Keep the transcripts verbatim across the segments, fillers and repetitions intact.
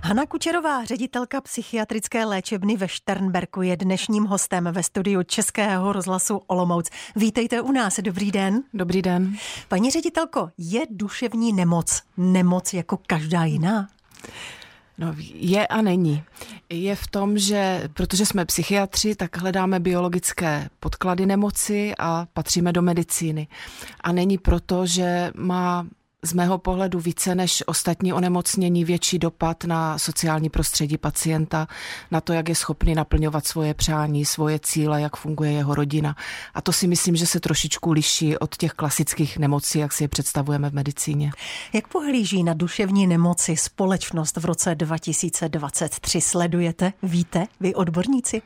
Hana Kučerová, ředitelka psychiatrické léčebny ve Šternberku, je dnešním hostem ve studiu Českého rozhlasu Olomouc. Vítejte u nás, dobrý den. Dobrý den. Paní ředitelko, je duševní nemoc nemoc jako každá jiná? No, je a není. Je v tom, že protože jsme psychiatři, tak hledáme biologické podklady nemoci a patříme do medicíny. A není proto, že má z mého pohledu více než ostatní onemocnění větší dopad na sociální prostředí pacienta, na to, jak je schopný naplňovat svoje přání, svoje cíle, jak funguje jeho rodina. A to si myslím, že se trošičku liší od těch klasických nemocí, jak si je představujeme v medicíně. Jak pohlíží na duševní nemoci společnost v roce dva tisíce dvacet tři? Sledujete? Víte? Vy odborníci?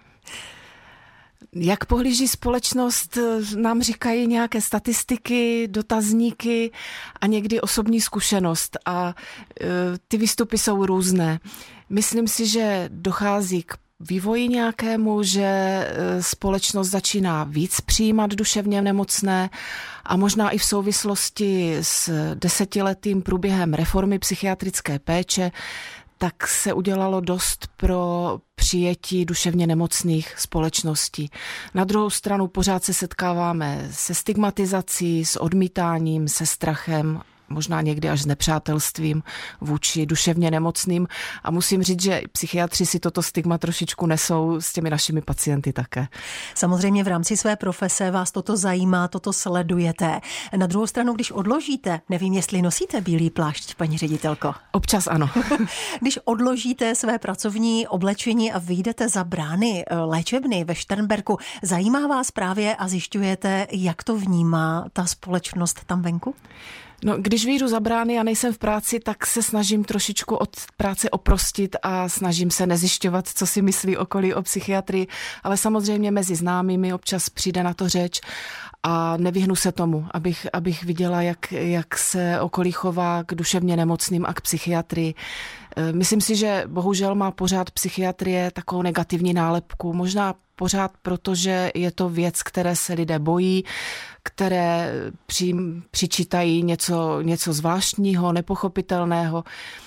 Jak pohlíží společnost, nám říkají nějaké statistiky, dotazníky a někdy osobní zkušenost. A ty výstupy jsou různé. Myslím si, že dochází k vývoji nějakému, že společnost začíná víc přijímat duševně nemocné a možná i v souvislosti s desetiletým průběhem reformy psychiatrické péče, tak se udělalo dost pro přijetí duševně nemocných společností. Na druhou stranu pořád se setkáváme se stigmatizací, s odmítáním, se strachem, možná někdy až s nepřátelstvím vůči duševně nemocným. A musím říct, že psychiatři si toto stigma trošičku nesou s těmi našimi pacienty také. Samozřejmě v rámci své profese vás toto zajímá, toto sledujete. Na druhou stranu, když odložíte, nevím, jestli nosíte bílý plášť, paní ředitelko. Občas ano. Když odložíte své pracovní oblečení a vyjdete za brány léčebny ve Šternberku, zajímá vás právě a zjišťujete, jak to vnímá ta společnost tam venku? No, když vyjdu za brány a nejsem v práci, tak se snažím trošičku od práce oprostit a snažím se nezjišťovat, co si myslí okolí o psychiatrii, ale samozřejmě mezi známými občas přijde na to řeč a nevyhnu se tomu, abych, abych viděla, jak, jak se okolí chová k duševně nemocným a k psychiatrii. Myslím si, že bohužel má pořád psychiatrie takovou negativní nálepku, možná pořád, protože je to věc, které se lidé bojí, které při, přičítají něco, něco zvláštního, nepochopitelného.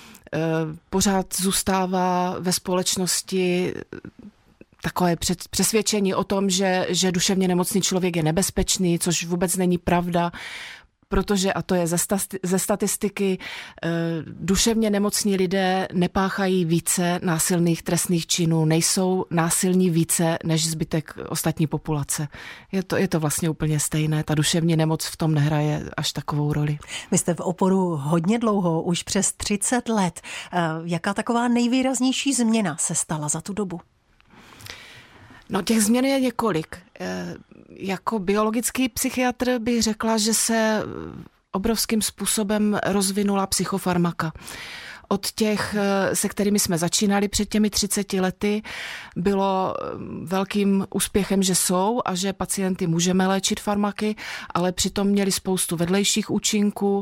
Pořád zůstává ve společnosti takové přesvědčení o tom, že, že duševně nemocný člověk je nebezpečný, což vůbec není pravda. Protože, a to je ze, stati- ze statistiky, duševně nemocní lidé nepáchají více násilných trestných činů, nejsou násilní více než zbytek ostatní populace. Je to, je to vlastně úplně stejné. Ta duševní nemoc v tom nehraje až takovou roli. Vy jste v oboru hodně dlouho, už přes třicet let. Jaká taková nejvýraznější změna se stala za tu dobu? No, těch změn je několik. Jako biologický psychiatr bych řekla, že se obrovským způsobem rozvinula psychofarmaka. Od těch, se kterými jsme začínali před těmi třiceti lety, bylo velkým úspěchem, že jsou a že pacienty můžeme léčit farmaky, ale přitom měli spoustu vedlejších účinků,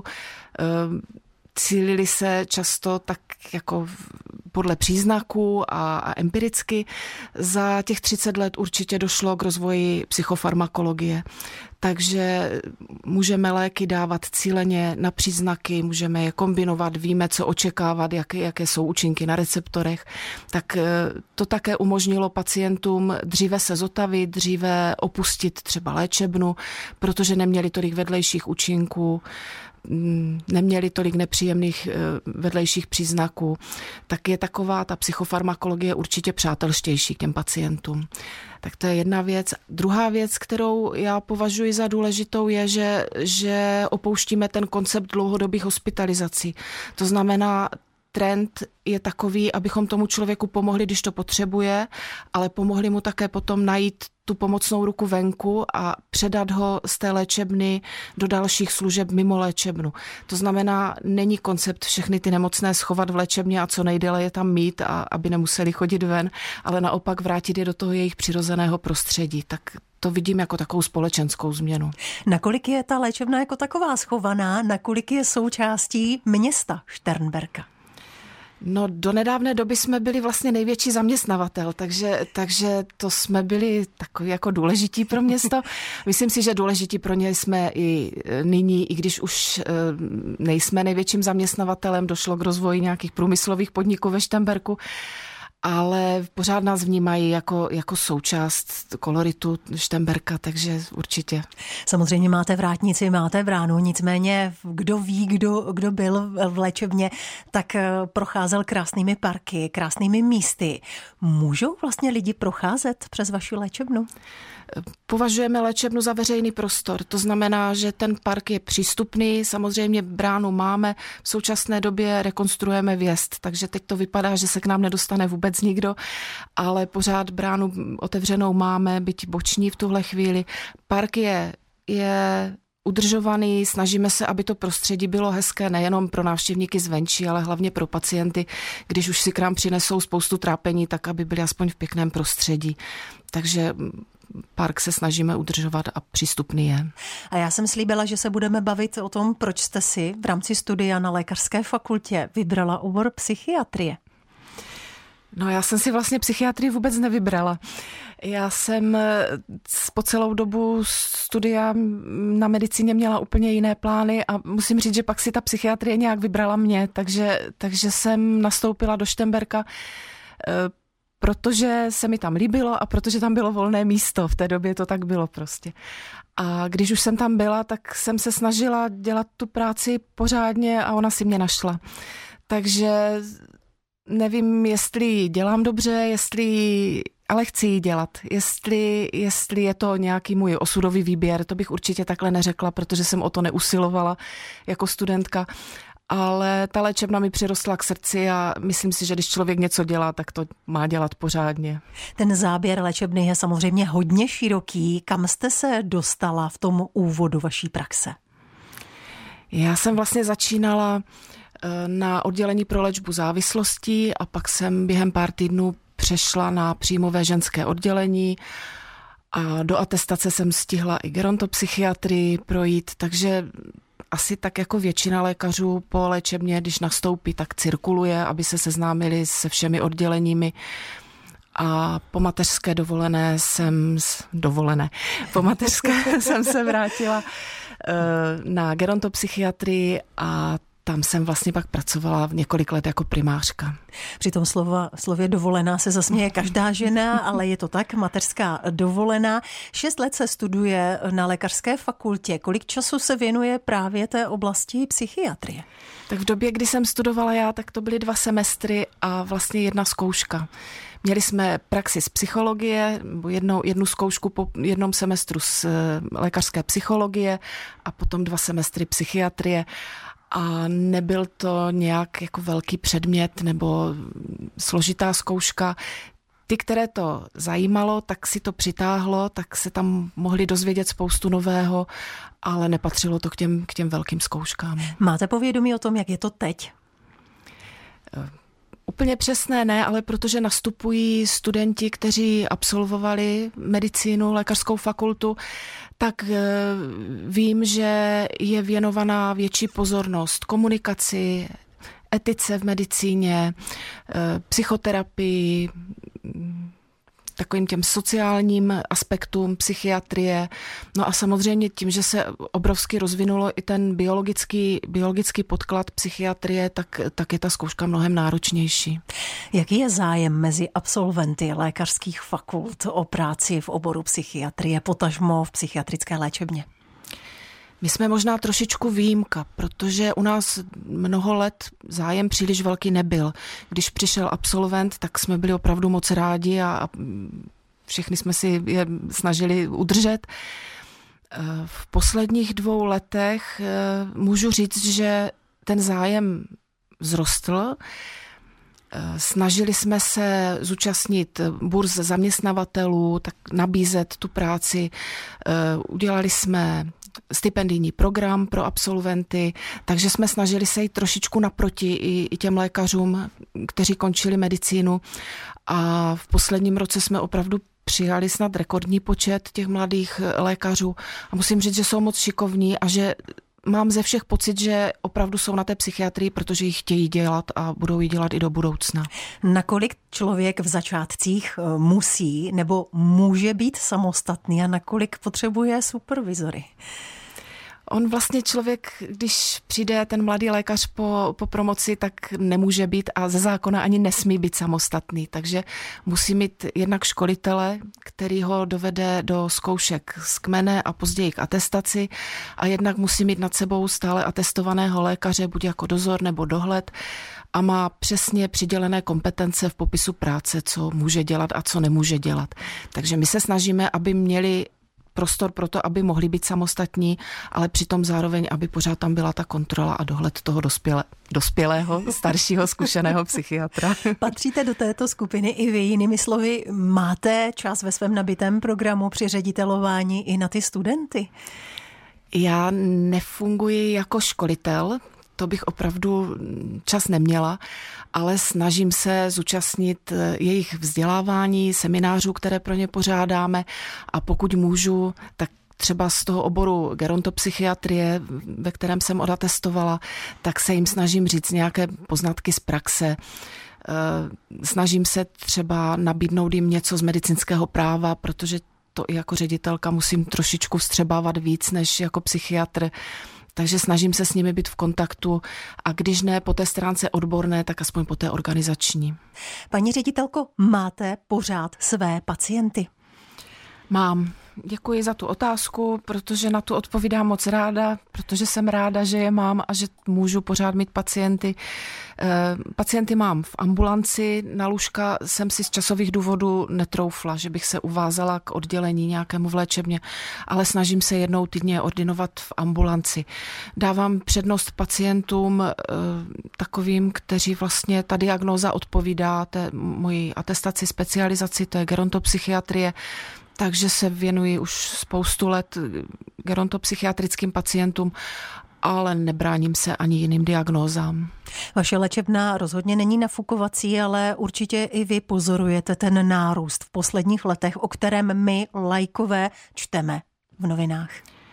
cílili se často tak jako podle příznaků a, a empiricky. Za těch třicet let určitě došlo k rozvoji psychofarmakologie. Takže můžeme léky dávat cíleně na příznaky, můžeme je kombinovat, víme, co očekávat, jaké, jaké jsou účinky na receptorech. Tak to také umožnilo pacientům dříve se zotavit, dříve opustit třeba léčebnu, protože neměli tolik vedlejších účinků, neměli tolik nepříjemných vedlejších příznaků, tak je taková ta psychofarmakologie určitě přátelštější k těm pacientům. Tak to je jedna věc. Druhá věc, kterou já považuji za důležitou, je, že, že opouštíme ten koncept dlouhodobých hospitalizací. To znamená, trend je takový, abychom tomu člověku pomohli, když to potřebuje, ale pomohli mu také potom najít tu pomocnou ruku venku a předat ho z té léčebny do dalších služeb mimo léčebnu. To znamená, není koncept všechny ty nemocné schovat v léčebně a co nejdéle je tam mít, a aby nemuseli chodit ven, ale naopak vrátit je do toho jejich přirozeného prostředí. Tak to vidím jako takovou společenskou změnu. Nakolik je ta léčebna jako taková schovaná, nakolik je součástí města Šternberka? No, do nedávné doby jsme byli vlastně největší zaměstnavatel, takže, takže to jsme byli takový jako důležití pro město. Myslím si, že důležití pro ně jsme i nyní, i když už nejsme největším zaměstnavatelem, došlo k rozvoji nějakých průmyslových podniků ve Šternberku, ale pořád nás vnímají jako, jako součást koloritu Šternberka, takže určitě. Samozřejmě máte vrátnici, máte bránu, nicméně kdo ví, kdo, kdo byl v léčebně, tak procházel krásnými parky, krásnými místy. Můžou vlastně lidi procházet přes vaši léčebnu? Považujeme léčebnu za veřejný prostor. To znamená, že ten park je přístupný, samozřejmě bránu máme, v současné době rekonstruujeme vjezd, takže teď to vypadá, že se k nám nedostane vůbec nikdo, ale pořád bránu otevřenou máme, byť boční v tuhle chvíli. Park je, je udržovaný, snažíme se, aby to prostředí bylo hezké nejenom pro návštěvníky zvenčí, ale hlavně pro pacienty, když už si k nám přinesou spoustu trápení, tak aby byli aspoň v pěkném prostředí. Takže park se snažíme udržovat a přístupný je. A já jsem slíbila, že se budeme bavit o tom, proč jste si v rámci studia na lékařské fakultě vybrala obor psychiatrie. No, já jsem si vlastně psychiatrii vůbec nevybrala. Já jsem po celou dobu studia na medicíně měla úplně jiné plány a musím říct, že pak si ta psychiatrie nějak vybrala mě, takže, takže jsem nastoupila do Šternberka, protože se mi tam líbilo a protože tam bylo volné místo. V té době to tak bylo prostě. A když už jsem tam byla, tak jsem se snažila dělat tu práci pořádně a ona si mě našla. Takže nevím, jestli ji dělám dobře, jestli, ale chci ji dělat. Jestli, jestli je to nějaký můj osudový výběr, to bych určitě takhle neřekla, protože jsem o to neusilovala jako studentka. Ale ta léčebna mi přirostla k srdci a myslím si, že když člověk něco dělá, tak to má dělat pořádně. Ten záběr léčebny je samozřejmě hodně široký. Kam jste se dostala v tom úvodu vaší praxe? Já jsem vlastně začínala na oddělení pro léčbu závislostí a pak jsem během pár týdnů přešla na příjmové ženské oddělení a do atestace jsem stihla i gerontopsychiatrii projít, takže asi tak jako většina lékařů po léčebně, když nastoupí, tak cirkuluje, aby se seznámili se všemi odděleními. A po mateřské dovolené jsem, dovolené, po mateřské jsem se vrátila na gerontopsychiatrii a tam jsem vlastně pak pracovala v několik let jako primářka. Při tom slova, slově dovolená se zasměje každá žena, ale je to tak, mateřská dovolená. Šest let se studuje na lékařské fakultě. Kolik času se věnuje právě té oblasti psychiatrie? Tak v době, kdy jsem studovala já, tak to byly dva semestry a vlastně jedna zkouška. Měli jsme praxi z psychologie, jednou, jednu zkoušku po jednom semestru z lékařské psychologie a potom dva semestry psychiatrie. A nebyl to nějak jako velký předmět nebo složitá zkouška. Ty, které to zajímalo, tak si to přitáhlo, tak se tam mohli dozvědět spoustu nového, ale nepatřilo to k těm, k těm velkým zkouškám. Máte povědomí o tom, jak je to teď? Úplně přesné ne, ale protože nastupují studenti, kteří absolvovali medicínu, lékařskou fakultu, tak vím, že je věnovaná větší pozornost komunikaci, etice v medicíně, psychoterapii, takovým těm sociálním aspektům psychiatrie. No a samozřejmě tím, že se obrovsky rozvinulo i ten biologický, biologický podklad psychiatrie, tak, tak je ta zkouška mnohem náročnější. Jaký je zájem mezi absolventy lékařských fakult o práci v oboru psychiatrie, potažmo v psychiatrické léčebně? My jsme možná trošičku výjimka, protože u nás mnoho let zájem příliš velký nebyl. Když přišel absolvent, tak jsme byli opravdu moc rádi a všechny jsme si je snažili udržet. V posledních dvou letech můžu říct, že ten zájem vzrostl. Snažili jsme se zúčastnit burz zaměstnavatelů, tak nabízet tu práci. Udělali jsme stipendijní program pro absolventy, takže jsme snažili se jít trošičku naproti i, i těm lékařům, kteří končili medicínu. A v posledním roce jsme opravdu přijali snad rekordní počet těch mladých lékařů. A musím říct, že jsou moc šikovní a že mám ze všech pocit, že opravdu jsou na té psychiatrii, protože ji chtějí dělat a budou ji dělat i do budoucna. Nakolik člověk v začátcích musí nebo může být samostatný a nakolik potřebuje supervizory? On vlastně člověk, když přijde ten mladý lékař po, po promoci, tak nemůže být a ze zákona ani nesmí být samostatný. Takže musí mít jednak školitele, který ho dovede do zkoušek z kmene a později k atestaci, a jednak musí mít nad sebou stále atestovaného lékaře, buď jako dozor nebo dohled, a má přesně přidělené kompetence v popisu práce, co může dělat a co nemůže dělat. Takže my se snažíme, aby měli prostor pro to, aby mohli být samostatní, ale přitom zároveň, aby pořád tam byla ta kontrola a dohled toho dospělé, dospělého, staršího, zkušeného psychiatra. Patříte do této skupiny i vy, jinými slovy, máte čas ve svém nabitém programu při ředitelování i na ty studenty? Já nefunguji jako školitel, to bych opravdu čas neměla, ale snažím se zúčastnit jejich vzdělávání, seminářů, které pro ně pořádáme, a pokud můžu, tak třeba z toho oboru gerontopsychiatrie, ve kterém jsem odatestovala, tak se jim snažím říct nějaké poznatky z praxe. Snažím se třeba nabídnout jim něco z medicínského práva, protože to i jako ředitelka musím trošičku vstřebávat víc než jako psychiatr. Takže snažím se s nimi být v kontaktu, a když ne po té stránce odborné, tak aspoň po té organizační. Paní ředitelko, máte pořád své pacienty? Mám. Děkuji za tu otázku, protože na tu odpovídám moc ráda, protože jsem ráda, že je mám a že můžu pořád mít pacienty. Pacienty mám v ambulanci, na lůžka jsem si z časových důvodů netroufla, že bych se uvázala k oddělení nějakému v léčebně, ale snažím se jednou týdně ordinovat v ambulanci. Dávám přednost pacientům takovým, kteří vlastně ta diagnóza odpovídá té mojí atestaci, specializaci, to je gerontopsychiatrie, takže se věnuji už spoustu let gerontopsychiatrickým pacientům, ale nebráním se ani jiným diagnózám. Vaše léčebna rozhodně není nafukovací, ale určitě i vy pozorujete ten nárůst v posledních letech, o kterém my, laikové, čteme v novinách.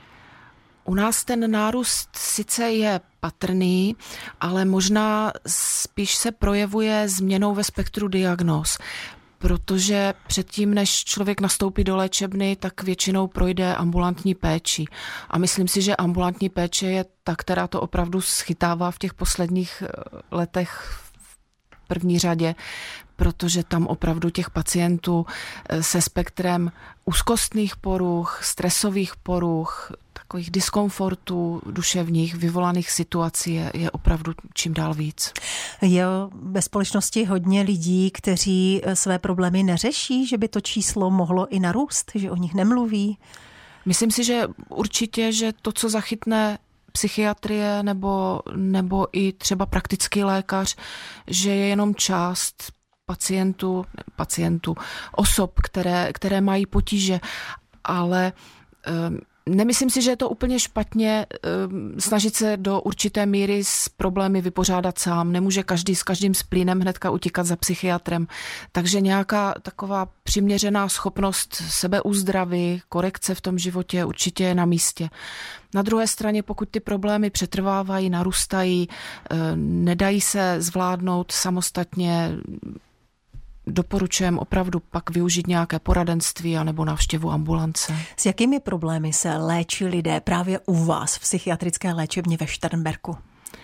U nás ten nárůst sice je patrný, ale možná spíš se projevuje změnou ve spektru diagnóz. Protože předtím, než člověk nastoupí do léčebny, tak většinou projde ambulantní péči. A myslím si, že ambulantní péče je ta, která to opravdu schytává v těch posledních letech v první řadě, protože tam opravdu těch pacientů se spektrem úzkostných poruch, stresových poruch, takových diskomfortů duševních, vyvolaných situací je, je opravdu čím dál víc. Je ve společnosti hodně lidí, kteří své problémy neřeší, že by to číslo mohlo i narůst, že o nich nemluví? Myslím si, že určitě, že to, co zachytne psychiatrie nebo, nebo i třeba praktický lékař, že je jenom část pacientů, pacientů, osob, které, které mají potíže, ale um, nemyslím si, že je to úplně špatně um, snažit se do určité míry s problémy vypořádat sám. Nemůže každý s každým splínem hnedka utíkat za psychiatrem. Takže nějaká taková přiměřená schopnost sebeúzdravy, korekce v tom životě určitě je na místě. Na druhé straně, pokud ty problémy přetrvávají, narůstají, nedají se zvládnout samostatně, doporučujeme opravdu pak využít nějaké poradenství anebo návštěvu ambulance. S jakými problémy se léčí lidé právě u vás v psychiatrické léčebně ve Šternberku?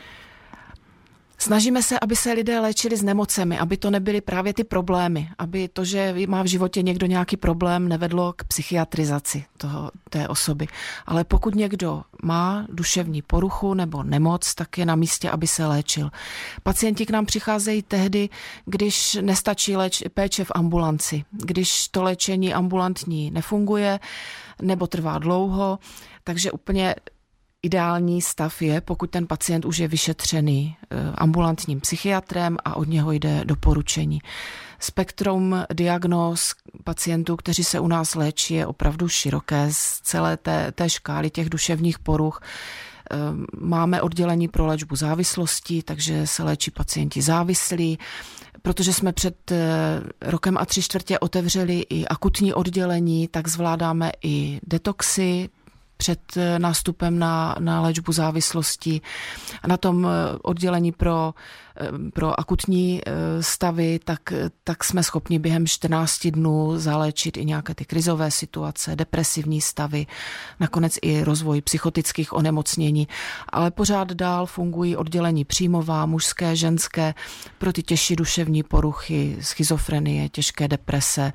Snažíme se, aby se lidé léčili s nemocemi, aby to nebyly právě ty problémy, aby to, že má v životě někdo nějaký problém, nevedlo k psychiatrizaci toho, té osoby. Ale pokud někdo má duševní poruchu nebo nemoc, tak je na místě, aby se léčil. Pacienti k nám přicházejí tehdy, když nestačí léč, péče v ambulanci, když to léčení ambulantní nefunguje nebo trvá dlouho, takže úplně ideální stav je, pokud ten pacient už je vyšetřený ambulantním psychiatrem a od něho jde doporučení. Spektrum diagnóz pacientů, kteří se u nás léčí, je opravdu široké z celé té, té škály těch duševních poruch. Máme oddělení pro léčbu závislostí, takže se léčí pacienti závislí. Protože jsme před rokem a tři čtvrtě otevřeli i akutní oddělení, tak zvládáme i detoxy před nástupem na, na léčbu závislosti. Na tom oddělení pro, pro akutní stavy, tak, tak jsme schopni během čtrnácti dnů zaléčit i nějaké ty krizové situace, depresivní stavy, nakonec i rozvoj psychotických onemocnění. Ale pořád dál fungují oddělení příjmová, mužské, ženské, pro ty těžší duševní poruchy, schizofrenie, těžké deprese.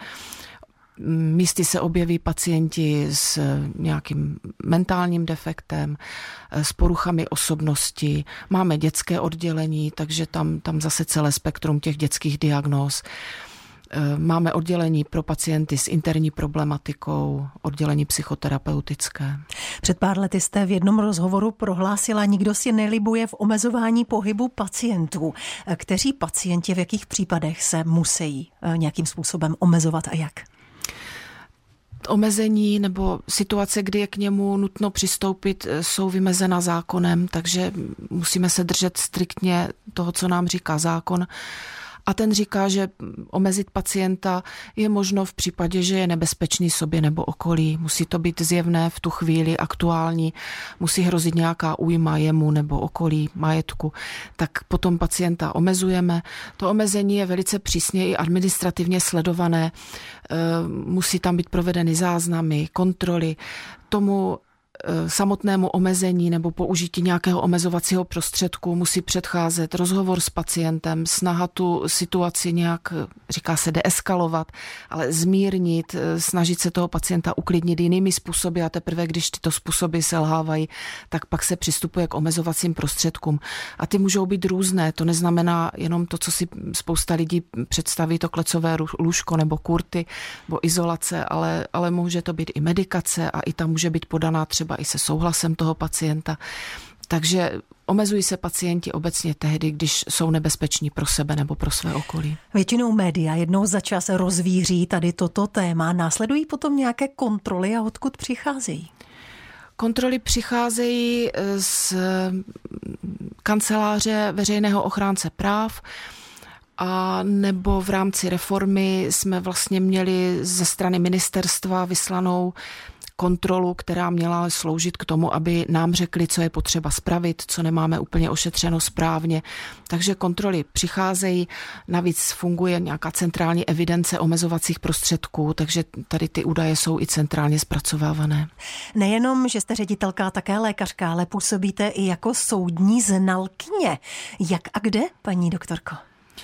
Místy se objeví pacienti s nějakým mentálním defektem, s poruchami osobnosti. Máme dětské oddělení, takže tam, tam zase celé spektrum těch dětských diagnóz. Máme oddělení pro pacienty s interní problematikou, oddělení psychoterapeutické. Před pár lety jste v jednom rozhovoru prohlásila, nikdo si nelibuje v omezování pohybu pacientů. Kteří pacienti v jakých případech se musí nějakým způsobem omezovat a jak? Omezení nebo situace, kdy je k němu nutno přistoupit, jsou vymezena zákonem, takže musíme se držet striktně toho, co nám říká zákon. A ten říká, že omezit pacienta je možno v případě, že je nebezpečný sobě nebo okolí. Musí to být zjevné v tu chvíli, aktuální, musí hrozit nějaká újma jemu nebo okolí, majetku. Tak potom pacienta omezujeme. To omezení je velice přísně i administrativně sledované. Musí tam být provedeny záznamy, kontroly. Tomu samotnému omezení nebo použití nějakého omezovacího prostředku musí předcházet rozhovor s pacientem, snaha tu situaci nějak, říká se, deeskalovat, ale zmírnit, snažit se toho pacienta uklidnit jinými způsoby a teprve, když tyto způsoby selhávají, tak pak se přistupuje k omezovacím prostředkům. A ty můžou být různé, to neznamená jenom to, co si spousta lidí představí, to klecové lůžko nebo kurty nebo izolace, ale, ale může to být i medikace a i ta může být podaná třeba i se souhlasem toho pacienta. Takže omezují se pacienti obecně tehdy, když jsou nebezpeční pro sebe nebo pro své okolí. Většinou média jednou za čas rozvíří tady toto téma. Následují potom nějaké kontroly a odkud přicházejí? Kontroly přicházejí z kanceláře veřejného ochránce práv, a nebo v rámci reformy jsme vlastně měli ze strany ministerstva vyslanou kontrolu, která měla sloužit k tomu, aby nám řekli, co je potřeba spravit, co nemáme úplně ošetřeno správně. Takže kontroly přicházejí, navíc funguje nějaká centrální evidence omezovacích prostředků, takže tady ty údaje jsou i centrálně zpracovávané. Nejenom, že jste ředitelka, také lékařka, ale působíte i jako soudní znalkyně. Jak a kde, paní doktorko?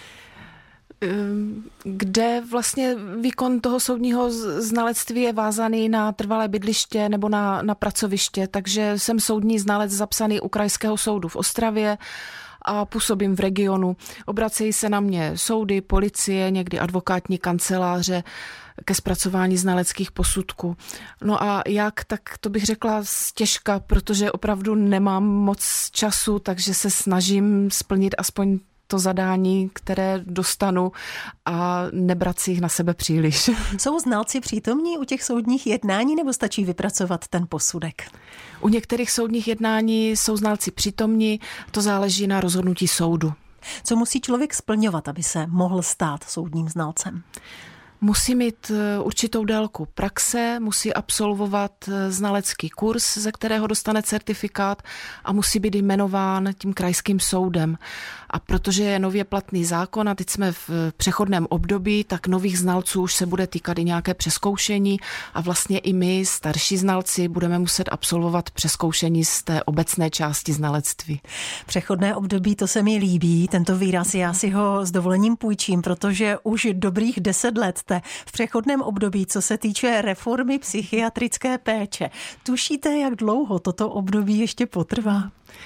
Kde vlastně výkon toho soudního znalectví je vázaný na trvalé bydliště nebo na, na pracoviště, takže jsem soudní znalec zapsaný u Krajského soudu v Ostravě a působím v regionu. Obracejí se na mě soudy, policie, někdy advokátní kanceláře ke zpracování znaleckých posudků. No a jak, tak to bych řekla stěžka, protože opravdu nemám moc času, takže se snažím splnit aspoň to zadání, které dostanu a nebrat si jich na sebe příliš. Jsou znalci přítomní u těch soudních jednání nebo stačí vypracovat ten posudek? U některých soudních jednání jsou znalci přítomní, to záleží na rozhodnutí soudu. Co musí člověk splňovat, aby se mohl stát soudním znalcem? Musí mít určitou délku praxe, musí absolvovat znalecký kurz, ze kterého dostane certifikát a musí být jmenován tím krajským soudem. A protože je nově platný zákon a teď jsme v přechodném období, tak nových znalců už se bude týkat i nějaké přezkoušení a vlastně i my, starší znalci, budeme muset absolvovat přezkoušení z té obecné části znalectví. Přechodné období, to se mi líbí, tento výraz, já si ho s dovolením půjčím, protože už dobrých deset let jste v přechodném období, co se týče reformy psychiatrické péče. Tušíte, jak dlouho toto období ještě potrvá?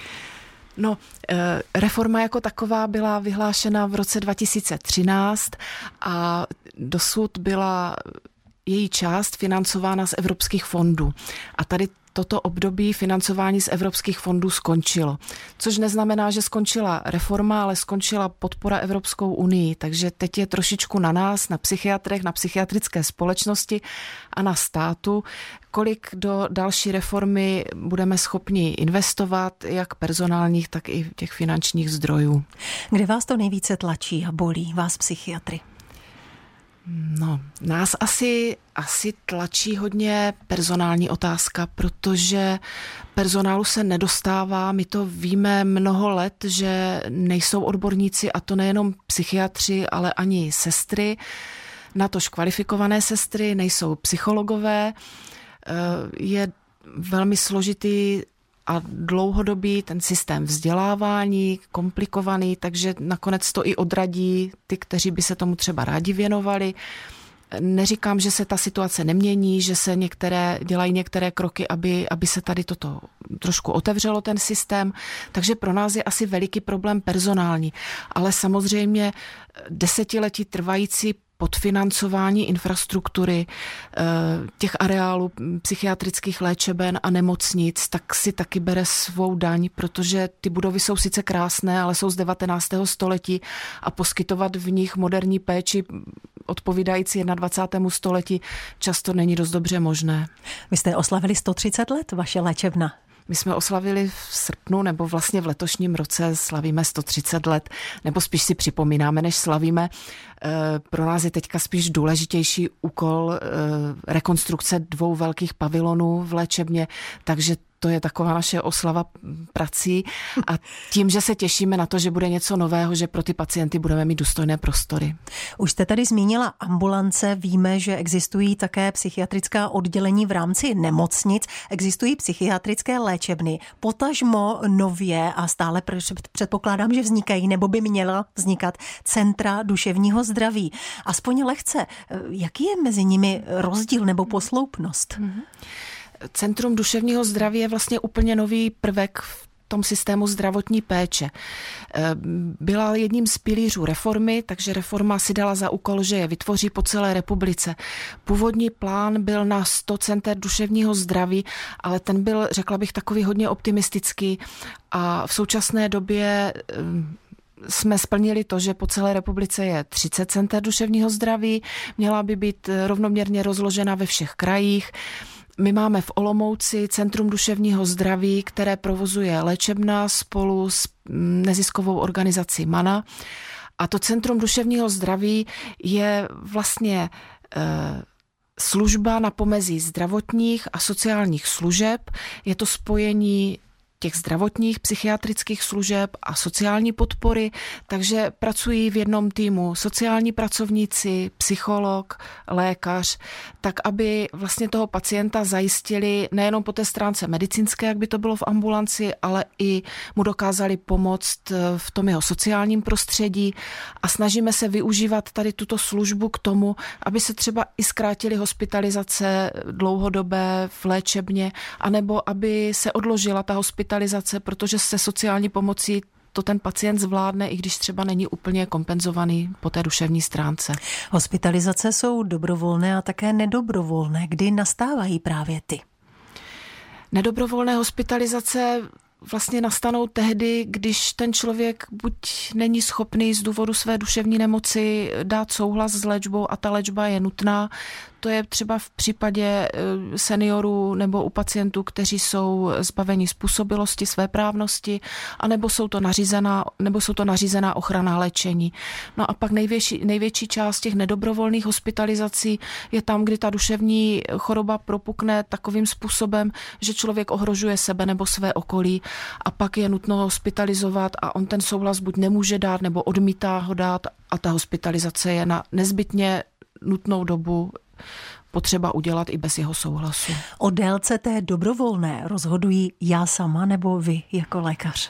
No, reforma jako taková byla vyhlášena v roce dva tisíce třináct a dosud byla její část financována z evropských fondů. A tady toto období financování z evropských fondů skončilo. Což neznamená, že skončila reforma, ale skončila podpora Evropskou unii. Takže teď je trošičku na nás, na psychiatrech, na psychiatrické společnosti a na státu, kolik do další reformy budeme schopni investovat, jak personálních, tak i těch finančních zdrojů. Kde vás to nejvíce tlačí a bolí, vás psychiatry? No, nás asi, asi tlačí hodně personální otázka, protože personálu se nedostává. My to víme mnoho let, že nejsou odborníci, a to nejenom psychiatři, ale ani sestry, natož kvalifikované sestry, nejsou psychologové. Je velmi složitý a dlouhodobý ten systém vzdělávání, komplikovaný, takže nakonec to i odradí ty, kteří by se tomu třeba rádi věnovali. Neříkám, že se ta situace nemění, že se některé, dělají některé kroky, aby, aby se tady toto trošku otevřelo ten systém, takže pro nás je asi veliký problém personální. Ale samozřejmě desetiletí trvající podfinancování infrastruktury těch areálů psychiatrických léčeben a nemocnic, tak si taky bere svou daň, protože ty budovy jsou sice krásné, ale jsou z devatenáctého století a poskytovat v nich moderní péči odpovídající dvacátému prvnímu století často není dost dobře možné. Vy jste oslavili sto třicet let, vaše léčebna. My jsme oslavili v srpnu, nebo vlastně v letošním roce slavíme sto třicet let, nebo spíš si připomínáme, než slavíme. Pro nás je teďka spíš důležitější úkol rekonstrukce dvou velkých pavilonů v léčebně, takže to je taková naše oslava prací a tím, že se těšíme na to, že bude něco nového, že pro ty pacienty budeme mít důstojné prostory. Už jste tady zmínila ambulance, víme, že existují také psychiatrická oddělení v rámci nemocnic, existují psychiatrické léčebny, potažmo nově a stále předpokládám, že vznikají nebo by měla vznikat centra duševního zdraví. Aspoň lehce, jaký je mezi nimi rozdíl nebo posloupnost? Mm-hmm. Centrum duševního zdraví je vlastně úplně nový prvek v tom systému zdravotní péče. Byla jedním z pilířů reformy, takže reforma si dala za úkol, že je vytvoří po celé republice. Původní plán byl na sto center duševního zdraví, ale ten byl, řekla bych, takový hodně optimistický a v současné době jsme splnili to, že po celé republice je třicet center duševního zdraví, měla by být rovnoměrně rozložena ve všech krajích. My máme v Olomouci Centrum duševního zdraví, které provozuje léčebna spolu s neziskovou organizací MANA. A to Centrum duševního zdraví je vlastně e, služba na pomezí zdravotních a sociálních služeb. Je to spojení těch zdravotních, psychiatrických služeb a sociální podpory, takže pracují v jednom týmu sociální pracovníci, psycholog, lékař, tak aby vlastně toho pacienta zajistili nejenom po té stránce medicínské, jak by to bylo v ambulanci, ale i mu dokázali pomoct v tom jeho sociálním prostředí a snažíme se využívat tady tuto službu k tomu, aby se třeba i zkrátily hospitalizace dlouhodobé v léčebně, anebo aby se odložila ta hospitalizace, protože se sociální pomocí to ten pacient zvládne, i když třeba není úplně kompenzovaný po té duševní stránce. Hospitalizace jsou dobrovolné a také nedobrovolné. Kdy nastávají právě ty? Nedobrovolné hospitalizace vlastně nastanou tehdy, když ten člověk buď není schopný z důvodu své duševní nemoci dát souhlas s léčbou a ta léčba je nutná. To je třeba v případě seniorů nebo u pacientů, kteří jsou zbaveni způsobilosti, svéprávnosti, anebo jsou to nařízená, nebo jsou to nařízená ochrana léčení. No a pak největší, největší část těch nedobrovolných hospitalizací je tam, kdy ta duševní choroba propukne takovým způsobem, že člověk ohrožuje sebe nebo své okolí a pak je nutno hospitalizovat a on ten souhlas buď nemůže dát, nebo odmítá ho dát a ta hospitalizace je na nezbytně nutnou dobu potřeba udělat i bez jeho souhlasu. O délce té dobrovolné rozhodují já sama nebo vy jako lékař?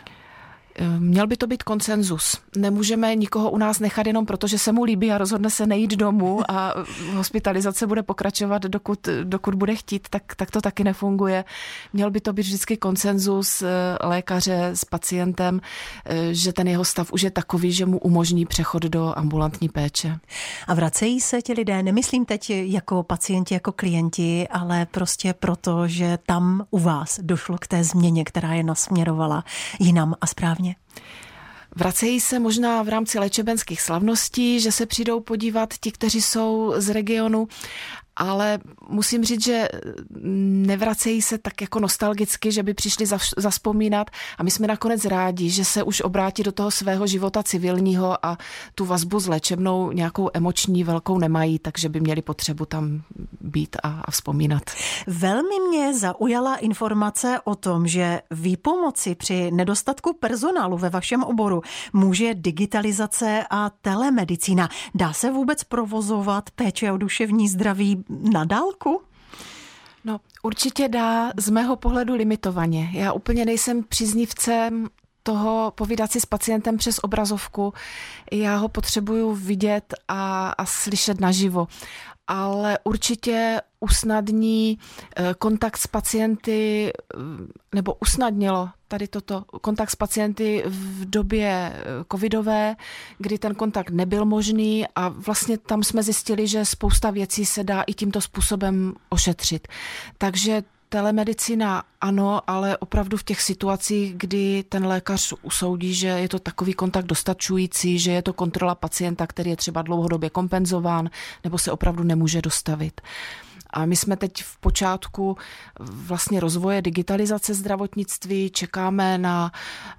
Měl by to být konsenzus. Nemůžeme nikoho u nás nechat jenom proto, že se mu líbí a rozhodne se nejít domů a hospitalizace bude pokračovat, dokud, dokud bude chtít, tak, tak to taky nefunguje. Měl by to být vždycky konsenzus lékaře s pacientem, že ten jeho stav už je takový, že mu umožní přechod do ambulantní péče. A vracejí se ti lidé, nemyslím teď jako pacienti, jako klienti, ale prostě proto, že tam u vás došlo k té změně, která je nasměrovala jinam a správně? Vracejí se možná v rámci léčebenských slavností, že se přijdou podívat ti, kteří jsou z regionu, ale musím říct, že nevracejí se tak jako nostalgicky, že by přišli zazpomínat a my jsme nakonec rádi, že se už obrátí do toho svého života civilního a tu vazbu s léčebnou nějakou emoční velkou nemají, takže by měli potřebu tam být a, a vzpomínat. Velmi mě zaujala informace o tom, že výpomoci při nedostatku personálu ve vašem oboru může digitalizace a telemedicína. Dá se vůbec provozovat péče o duševní zdraví na dálku? No, určitě dá, z mého pohledu limitovaně. Já úplně nejsem příznivcem toho povídat si s pacientem přes obrazovku. Já ho potřebuju vidět a, a slyšet naživo. Ale určitě usnadní kontakt s pacienty, nebo usnadnilo tady toto kontakt s pacienty v době covidové, kdy ten kontakt nebyl možný a vlastně tam jsme zjistili, že spousta věcí se dá i tímto způsobem ošetřit. Takže telemedicína ano, ale opravdu v těch situacích, kdy ten lékař usoudí, že je to takový kontakt dostačující, že je to kontrola pacienta, který je třeba dlouhodobě kompenzován, nebo se opravdu nemůže dostavit. A my jsme teď v počátku vlastně rozvoje digitalizace zdravotnictví, čekáme na,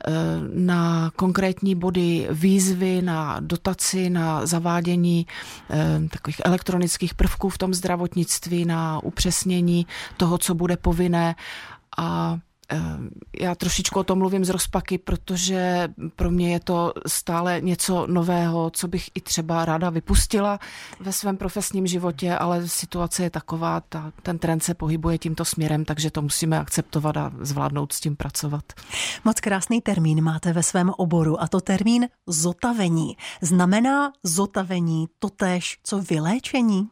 na konkrétní body výzvy, na dotaci, na zavádění takových elektronických prvků v tom zdravotnictví, na upřesnění toho, co bude povinné. A já trošičku o tom mluvím z rozpaky, protože pro mě je to stále něco nového, co bych i třeba ráda vypustila ve svém profesním životě, ale situace je taková, ta, ten trend se pohybuje tímto směrem, takže to musíme akceptovat a zvládnout s tím pracovat. Moc krásný termín máte ve svém oboru a to termín zotavení. Znamená zotavení totéž, co vyléčení?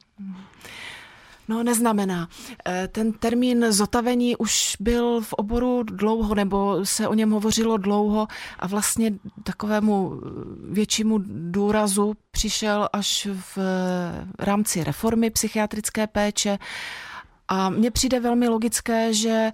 No, neznamená. Ten termín zotavení už byl v oboru dlouho, nebo se o něm hovořilo dlouho a vlastně takovému většímu důrazu přišel až v rámci reformy psychiatrické péče a mně přijde velmi logické, že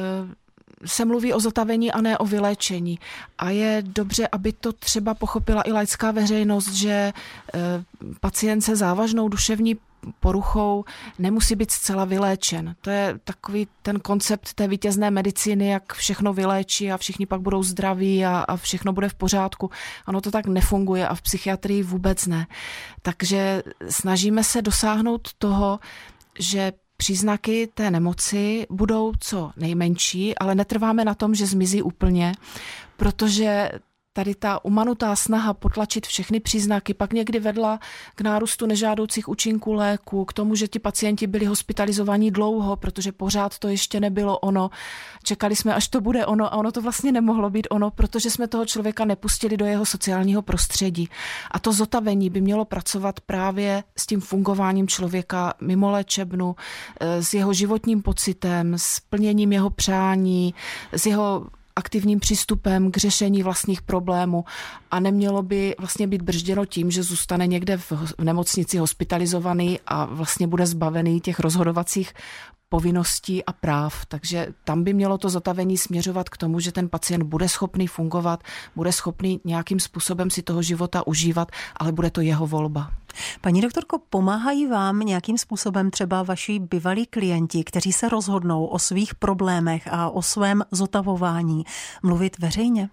se mluví o zotavení a ne o vyléčení. A je dobře, aby to třeba pochopila i laická veřejnost, že pacient se závažnou duševní poruchou nemusí být zcela vyléčen. To je takový ten koncept té vítězné medicíny, jak všechno vyléčí a všichni pak budou zdraví a, a všechno bude v pořádku. Ono to tak nefunguje a v psychiatrii vůbec ne. Takže snažíme se dosáhnout toho, že příznaky té nemoci budou co nejmenší, ale netrváme na tom, že zmizí úplně, protože tady ta umanutá snaha potlačit všechny příznaky pak někdy vedla k nárůstu nežádoucích účinků léku, k tomu, že ti pacienti byli hospitalizovaní dlouho, protože pořád to ještě nebylo ono. Čekali jsme, až to bude ono a ono to vlastně nemohlo být ono, protože jsme toho člověka nepustili do jeho sociálního prostředí. A to zotavení by mělo pracovat právě s tím fungováním člověka mimo léčebnu, s jeho životním pocitem, s plněním jeho přání, s jeho aktivním přístupem k řešení vlastních problémů a nemělo by vlastně být bržděno tím, že zůstane někde v nemocnici hospitalizovaný a vlastně bude zbavený těch rozhodovacích povinností a práv. Takže tam by mělo to zotavení směřovat k tomu, že ten pacient bude schopný fungovat, bude schopný nějakým způsobem si toho života užívat, ale bude to jeho volba. Paní doktorko, pomáhají vám nějakým způsobem třeba vaši bývalí klienti, kteří se rozhodnou o svých problémech a o svém zotavování mluvit veřejně?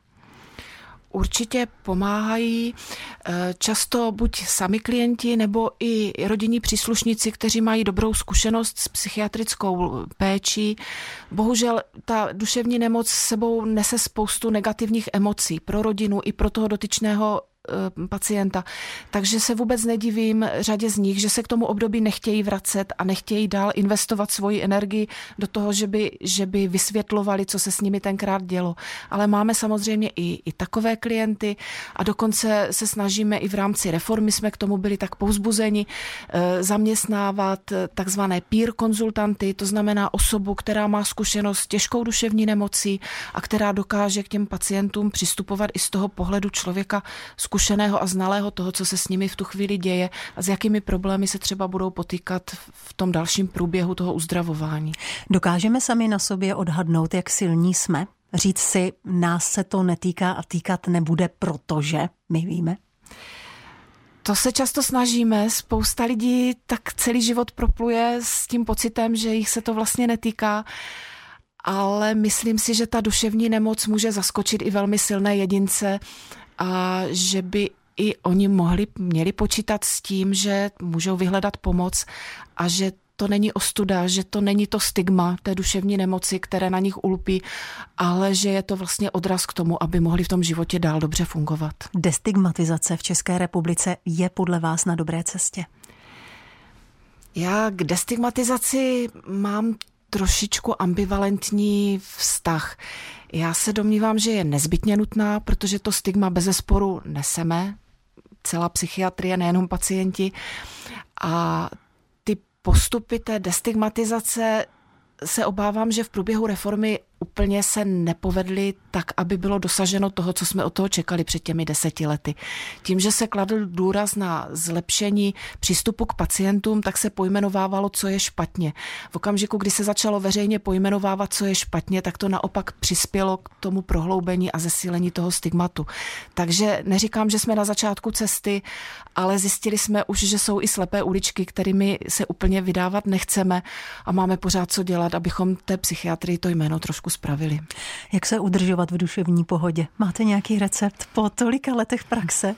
Určitě pomáhají často buď sami klienti nebo i rodinní příslušníci, kteří mají dobrou zkušenost s psychiatrickou péčí. Bohužel ta duševní nemoc s sebou nese spoustu negativních emocí pro rodinu i pro toho dotyčného pacienta. Takže se vůbec nedivím řadě z nich, že se k tomu období nechtějí vracet a nechtějí dál investovat svoji energii do toho, že by, že by vysvětlovali, co se s nimi tenkrát dělo. Ale máme samozřejmě i, i takové klienty a dokonce se snažíme i v rámci reformy, jsme k tomu byli tak povzbuzeni, zaměstnávat takzvané peer konzultanty, to znamená osobu, která má zkušenost s těžkou duševní nemocí a která dokáže k těm pacientům přistupovat i z toho pohledu člověka zkušeného a znalého toho, co se s nimi v tu chvíli děje a s jakými problémy se třeba budou potýkat v tom dalším průběhu toho uzdravování. Dokážeme sami na sobě odhadnout, jak silní jsme? Říct si, nás se to netýká a týkat nebude, protože my víme? To se často snažíme. Spousta lidí tak celý život propluje s tím pocitem, že jich se to vlastně netýká, ale myslím si, že ta duševní nemoc může zaskočit i velmi silné jedince a že by i oni mohli, měli počítat s tím, že můžou vyhledat pomoc a že to není ostuda, že to není to stigma té duševní nemoci, které na nich ulpí, ale že je to vlastně odraz k tomu, aby mohli v tom životě dál dobře fungovat. Destigmatizace v České republice je podle vás na dobré cestě? Já k destigmatizaci mám trošičku ambivalentní vztah. Já se domnívám, že je nezbytně nutná, protože to stigma bezesporu neseme, celá psychiatrie, nejenom pacienti. A ty postupy té destigmatizace se obávám, že v průběhu reformy úplně se nepovedly tak, aby bylo dosaženo toho, co jsme od toho čekali před těmi deseti lety. Tím, že se kladl důraz na zlepšení přístupu k pacientům, tak se pojmenovávalo, co je špatně. V okamžiku, kdy se začalo veřejně pojmenovávat, co je špatně, tak to naopak přispělo k tomu prohloubení a zesílení toho stigmatu. Takže neříkám, že jsme na začátku cesty, ale zjistili jsme už, že jsou i slepé uličky, kterými se úplně vydávat nechceme a máme pořád co dělat, abychom té psychiatrii to jméno trošku spravili. Jak se udržovat v duševní pohodě? Máte nějaký recept po tolika letech praxe?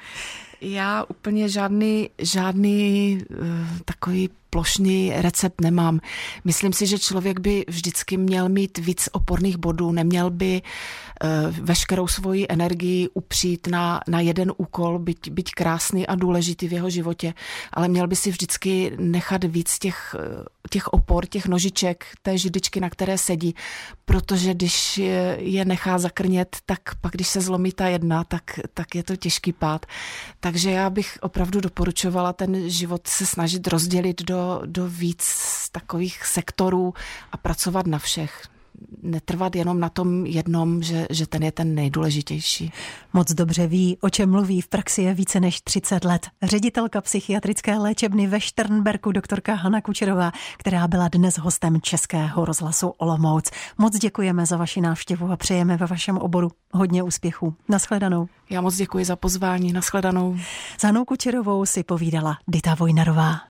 Já úplně žádný, žádný uh, takový plošný recept nemám. Myslím si, že člověk by vždycky měl mít víc oporných bodů, neměl by uh, veškerou svoji energii upřít na, na jeden úkol, byť, byť krásný a důležitý v jeho životě, ale měl by si vždycky nechat víc těch, těch opor, těch nožiček, té židičky, na které sedí, protože když je, je nechá zakrnět, tak pak, když se zlomí ta jedna, tak, tak je to těžký pád. Takže já bych opravdu doporučovala ten život se snažit rozdělit do do víc takových sektorů a pracovat na všech. Netrvat jenom na tom jednom, že, že ten je ten nejdůležitější. Moc dobře ví, o čem mluví, v praxi je více než třicet let. Ředitelka psychiatrické léčebny ve Šternberku, doktorka Hana Kučerová, která byla dnes hostem Českého rozhlasu Olomouc. Moc děkujeme za vaši návštěvu a přejeme ve vašem oboru hodně úspěchů. Naschledanou. Já moc děkuji za pozvání. Naschledanou. S Hanou Kučerovou si povídala Dita Vojnarová.